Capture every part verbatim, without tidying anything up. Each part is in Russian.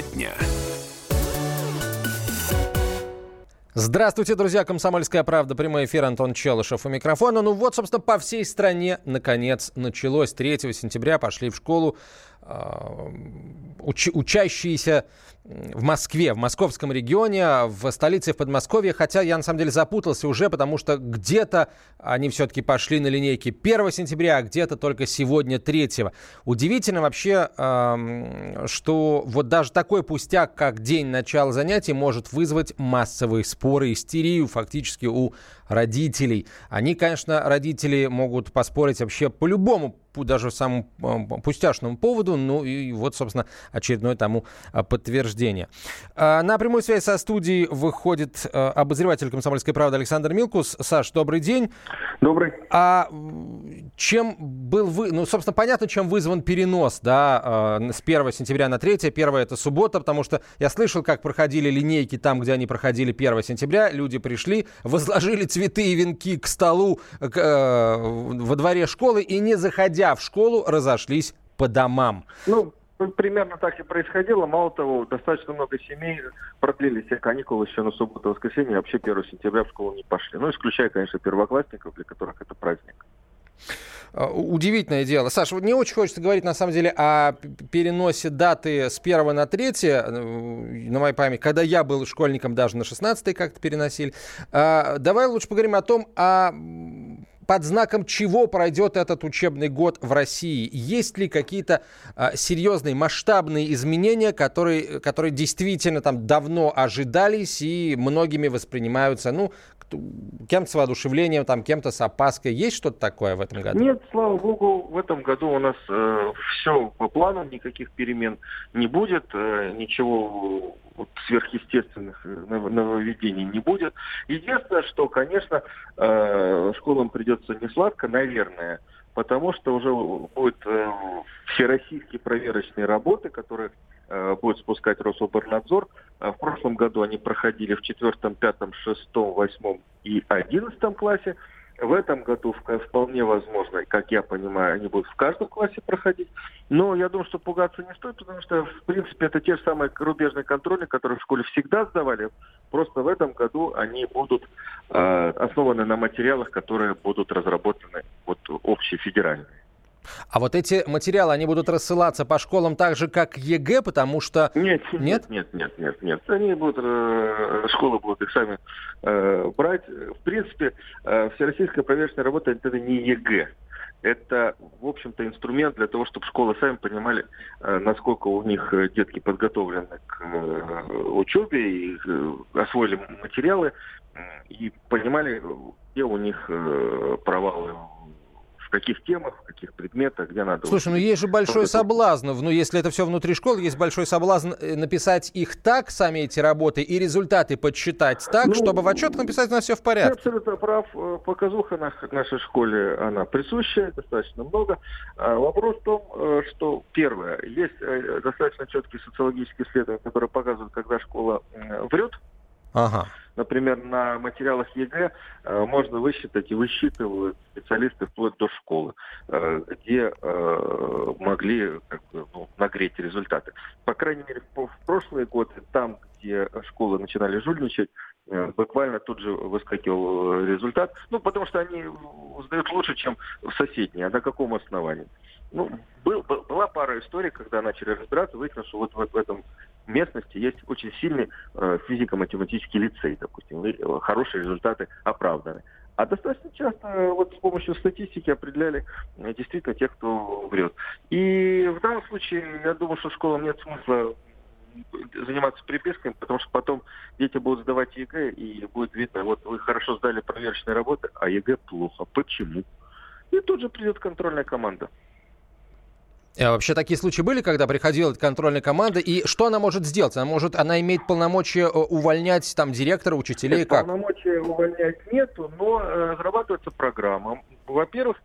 дня. Здравствуйте, друзья. «Комсомольская правда». Прямой эфир. Антон Челышев у микрофона. Ну вот, собственно, по всей стране наконец началось. третьего сентября пошли в школу э, уч- учащиеся в Москве, в московском регионе, в столице, в Подмосковье. Хотя я, на самом деле, запутался уже, потому что где-то они все-таки пошли на линейке первого сентября, а где-то только сегодня третьего. Удивительно вообще, э, что вот даже такой пустяк, как день начала занятий, может вызвать массовые споры, истерию фактически у родителей. Они, конечно, родители могут поспорить вообще по любому, даже самому пустяшному поводу. Ну и вот, собственно, очередное тому подтверждение. На прямую связь со студией выходит обозреватель «Комсомольской правды» Александр Милкус. Саш, добрый день. Добрый. А чем был вы... Ну, собственно, понятно, чем вызван перенос, да, с первого сентября на третье. Первое — это суббота, потому что я слышал, как проходили линейки там, где они проходили первого сентября. Люди пришли, возложили цветы и венки к столу к, э, во дворе школы и, не заходя в школу, разошлись по домам. Ну, примерно так и происходило. Мало того, достаточно много семей продлили все каникулы еще на субботу и воскресенье, и вообще первого сентября в школу не пошли. Ну, исключая, конечно, первоклассников, для которых это праздник. Удивительное дело. Саша, вот не очень хочется говорить, на самом деле, о переносе даты с первого на третье, на моей памяти, когда я был школьником, даже на шестнадцатое как-то переносили. Давай лучше поговорим о том, о... под знаком чего пройдет этот учебный год в России. Есть ли какие-то а, серьезные, масштабные изменения, которые, которые действительно там давно ожидались и многими воспринимаются, ну, кем-то с воодушевлением, там, кем-то с опаской? Есть что-то такое в этом году? Нет, слава богу, в этом году у нас э, все по плану, никаких перемен не будет, э, ничего вот, сверхъестественных нововведений не будет. Единственное, что, конечно, э, школам придется несладко, наверное, потому что уже будут э, всероссийские проверочные работы, которые э, будет спускать Рособорнадзор. В прошлом году они проходили в четвертом, пятом, шестом, восьмом и одиннадцатом классе. В этом году вполне возможно, как я понимаю, они будут в каждом классе проходить. Но я думаю, что пугаться не стоит, потому что, в принципе, это те же самые рубежные контроли, которые в школе всегда сдавали. Просто в этом году они будут э, основаны на материалах, которые будут разработаны вот, общефедеральные. А вот эти материалы, они будут рассылаться по школам так же, как ЕГЭ, потому что... Нет, нет, нет, нет, нет, нет. Они будут, э, школы будут их сами э, брать. В принципе, э, всероссийская проверочная работа — это не ЕГЭ. Это, в общем-то, инструмент для того, чтобы школы сами понимали, э, насколько у них детки подготовлены к э, учебе, и э, освоили материалы, э, и понимали, где у них э, провалы, в каких темах, в каких предметах, где надо... Слушай, ну есть же большой соблазн, ну если это все внутри школы, есть большой соблазн написать их так, сами эти работы, и результаты подсчитать так, ну, чтобы в отчет написать у нас все в порядке. Ты абсолютно прав. Показуха в нашей школе, она присущая, достаточно много. Вопрос в том, что, первое, есть достаточно четкие социологические исследования, которые показывают, когда школа врет. Ага. Например, на материалах ЕГЭ э, можно высчитать и высчитывают специалисты вплоть до школы, э, где э, могли как бы, ну, нагреть результаты. По крайней мере, в, в прошлые годы, там, где школы начинали жульничать, э, буквально тут же выскакивал результат. Ну, потому что они сдают лучше, чем в соседние. А на каком основании? Ну, был, был, была пара историй, когда начали разбираться, выяснилось, что вот в, в этом местности есть очень сильный э, физико-математический лицей, допустим, и хорошие результаты оправданы. А достаточно часто э, вот с помощью статистики определяли э, действительно тех, кто врет. И в данном случае, я думаю, что школам нет смысла заниматься приписками, потому что потом дети будут сдавать ЕГЭ, и будет видно, вот вы хорошо сдали проверочные работы, а ЕГЭ плохо. Почему? И тут же придет контрольная команда. А вообще такие случаи были, когда приходила эта контрольная команда, и что она может сделать? Она может, она имеет полномочия увольнять там директора, учителей? Нет, как? Полномочия увольнять нету, но разрабатывается программа. во-первых,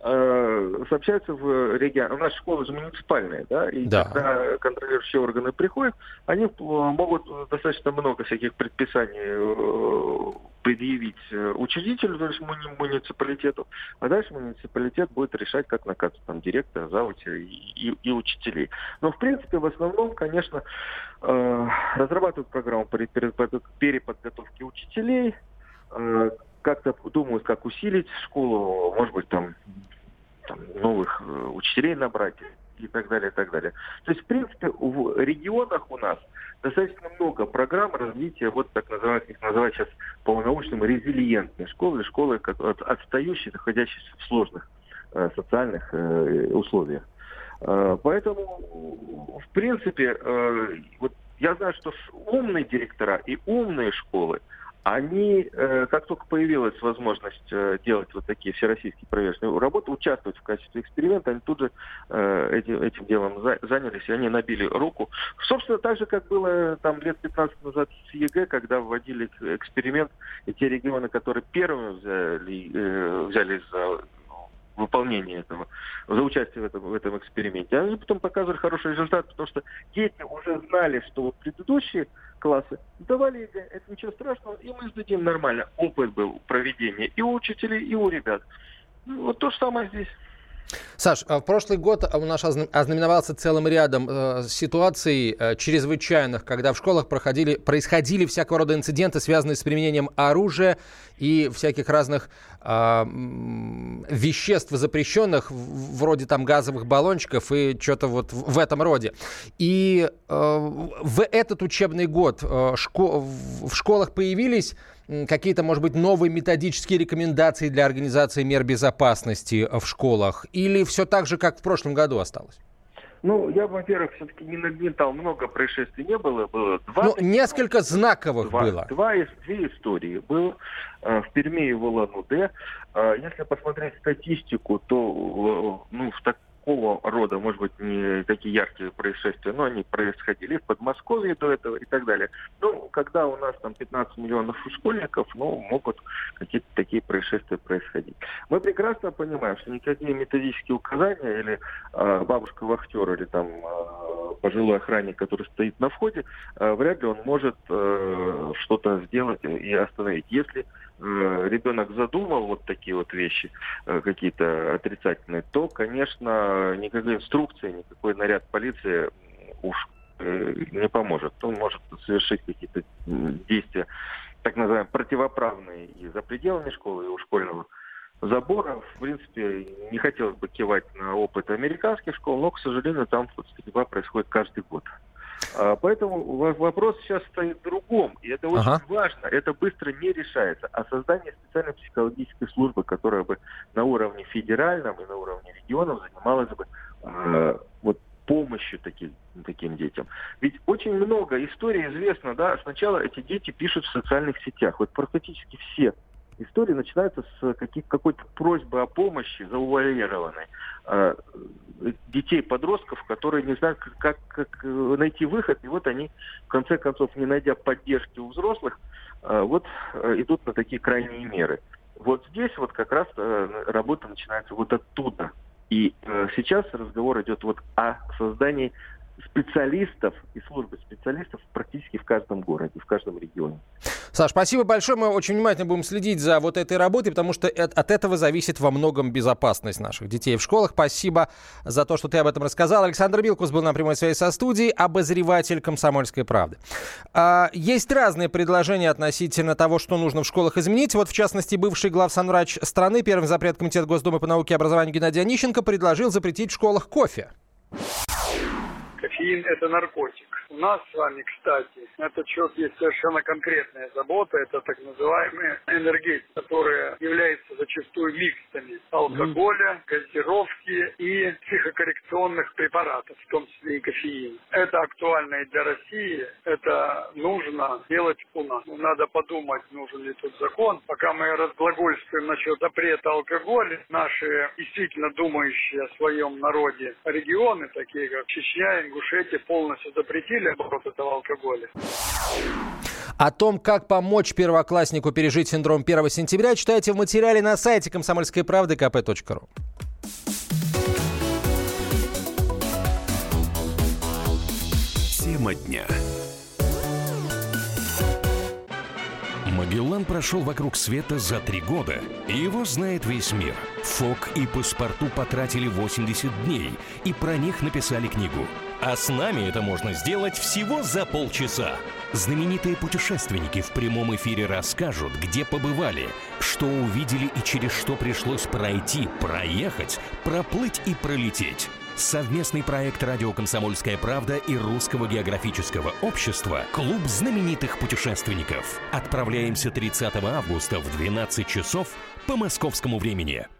э, сообщаются в регион. У нас школы же муниципальные, да, и да. когда контролирующие органы приходят, они могут достаточно много всяких предписаний э, предъявить учредителю, то есть муни- муниципалитету, а дальше муниципалитет будет решать, как наказывать там директора, завуча и, и, и учителей. Но, в принципе, в основном, конечно, э, разрабатывают программу переподготовки учителей, э, как-то думают, как усилить школу, может быть, там, там новых учителей набрать и так далее, и так далее. То есть, в принципе, в регионах у нас достаточно много программ развития, вот так называют, их называют сейчас по-научному резилиентные школы, школы отстающие, находящиеся в сложных э, социальных э, условиях. Э, поэтому, в принципе, э, вот я знаю, что умные директора и умные школы, они, э, как только появилась возможность э, делать вот такие всероссийские проверочные работы, участвовать в качестве эксперимента, они тут же э, этим, этим делом за, занялись, и они набили руку. Собственно, так же, как было там лет пятнадцать назад с ЕГЭ, когда вводили эксперимент, и те регионы, которые первыми взяли, э, взялись за выполнение этого, за участие в этом, в этом эксперименте. Они потом показывали хороший результат, потому что дети уже знали, что вот предыдущие классы сдавали ЕГЭ, это ничего страшного, и мы сдадим нормально. Опыт был проведения и у учителей, и у ребят. Ну, вот то же самое здесь. Саш, в прошлый год у нас ознаменовался целым рядом э, ситуаций э, чрезвычайных, когда в школах проходили, происходили всякого рода инциденты, связанные с применением оружия и всяких разных э, веществ запрещенных, вроде там газовых баллончиков и что-то вот в этом роде. И э, в этот учебный год э, шко- в школах появились какие-то, может быть, новые методические рекомендации для организации мер безопасности в школах? Или все так же, как в прошлом году осталось? Ну, я, во-первых, все-таки не нагнетал, много происшествий не было. Было два. Ну, несколько знаковых два, было. Два, две истории было э, в Перми и в Улан-Удэ. Э, если посмотреть статистику, то э, ну, в таком Такого рода, может быть, не такие яркие происшествия, но они происходили в Подмосковье до этого и так далее. Ну, когда у нас там пятнадцать миллионов школьников, ну, могут какие-то такие происшествия происходить. Мы прекрасно понимаем, что никакие методические указания или э, бабушка-вахтер или там э, пожилой охранник, который стоит на входе, э, вряд ли он может э, что-то сделать и остановить. Если ребенок задумал вот такие вот вещи, какие-то отрицательные, то, конечно, никакой инструкции, никакой наряд полиции уж не поможет. Он может совершить какие-то действия, так называемые, противоправные и за пределами школы, и у школьного забора. В принципе, не хотелось бы кивать на опыт американских школ, но, к сожалению, там стрельба происходит каждый год. Поэтому вопрос сейчас стоит в другом, и это очень ага. важно, это быстро не решается. А создание специальной психологической службы, которая бы на уровне федеральном и на уровне регионов занималась бы э, вот помощью таким, таким детям. Ведь очень много историй известно, да, сначала эти дети пишут в социальных сетях. Вот практически все истории начинаются с каких, какой-то просьбы о помощи заувалированной. Э, детей, подростков, которые не знают, как, как найти выход, и вот они, в конце концов, не найдя поддержки у взрослых, э, вот э, идут на такие крайние меры. Вот здесь вот как раз э, работа начинается вот оттуда. И э, сейчас разговор идет вот о создании специалистов и службы специалистов практически в каждом городе, в каждом регионе. Саш, спасибо большое. Мы очень внимательно будем следить за вот этой работой, потому что от этого зависит во многом безопасность наших детей в школах. Спасибо за то, что ты об этом рассказал. Александр Вилкус был на прямой связи со студией, обозреватель «Комсомольской правды». А, есть разные предложения относительно того, что нужно в школах изменить. Вот, в частности, бывший главсанврач страны, первый зампред Комитета Госдумы по науке и образованию Геннадий Онищенко предложил запретить в школах кофе. Кофеин – это наркотик. У нас с вами, кстати, на этот счет есть совершенно конкретная забота. Это так называемые энергетики, которые являются зачастую миксами алкоголя, газировки и психокоррекционных препаратов, в том числе и кофеин. Это актуально и для России. Это нужно делать у нас. Надо подумать, нужен ли тут закон. Пока мы разглагольствуем насчет запрета алкоголя, наши действительно думающие о своем народе регионы, такие как Чечня, Ингушетия, полностью запретили оборот этого алкоголя. О том, как помочь первокласснику пережить синдром первого сентября, читайте в материале на сайте комсомольской правды ка пэ точка ру. Тема дня. Магеллан прошел вокруг света за три года, и его знает весь мир. Фок и Паспарту потратили восемьдесят дней, и про них написали книгу. А с нами это можно сделать всего за полчаса. Знаменитые путешественники в прямом эфире расскажут, где побывали, что увидели и через что пришлось пройти, проехать, проплыть и пролететь. Совместный проект «Радио Комсомольская правда» и Русского географического общества «Клуб знаменитых путешественников». Отправляемся тридцатого августа в двенадцать часов по московскому времени.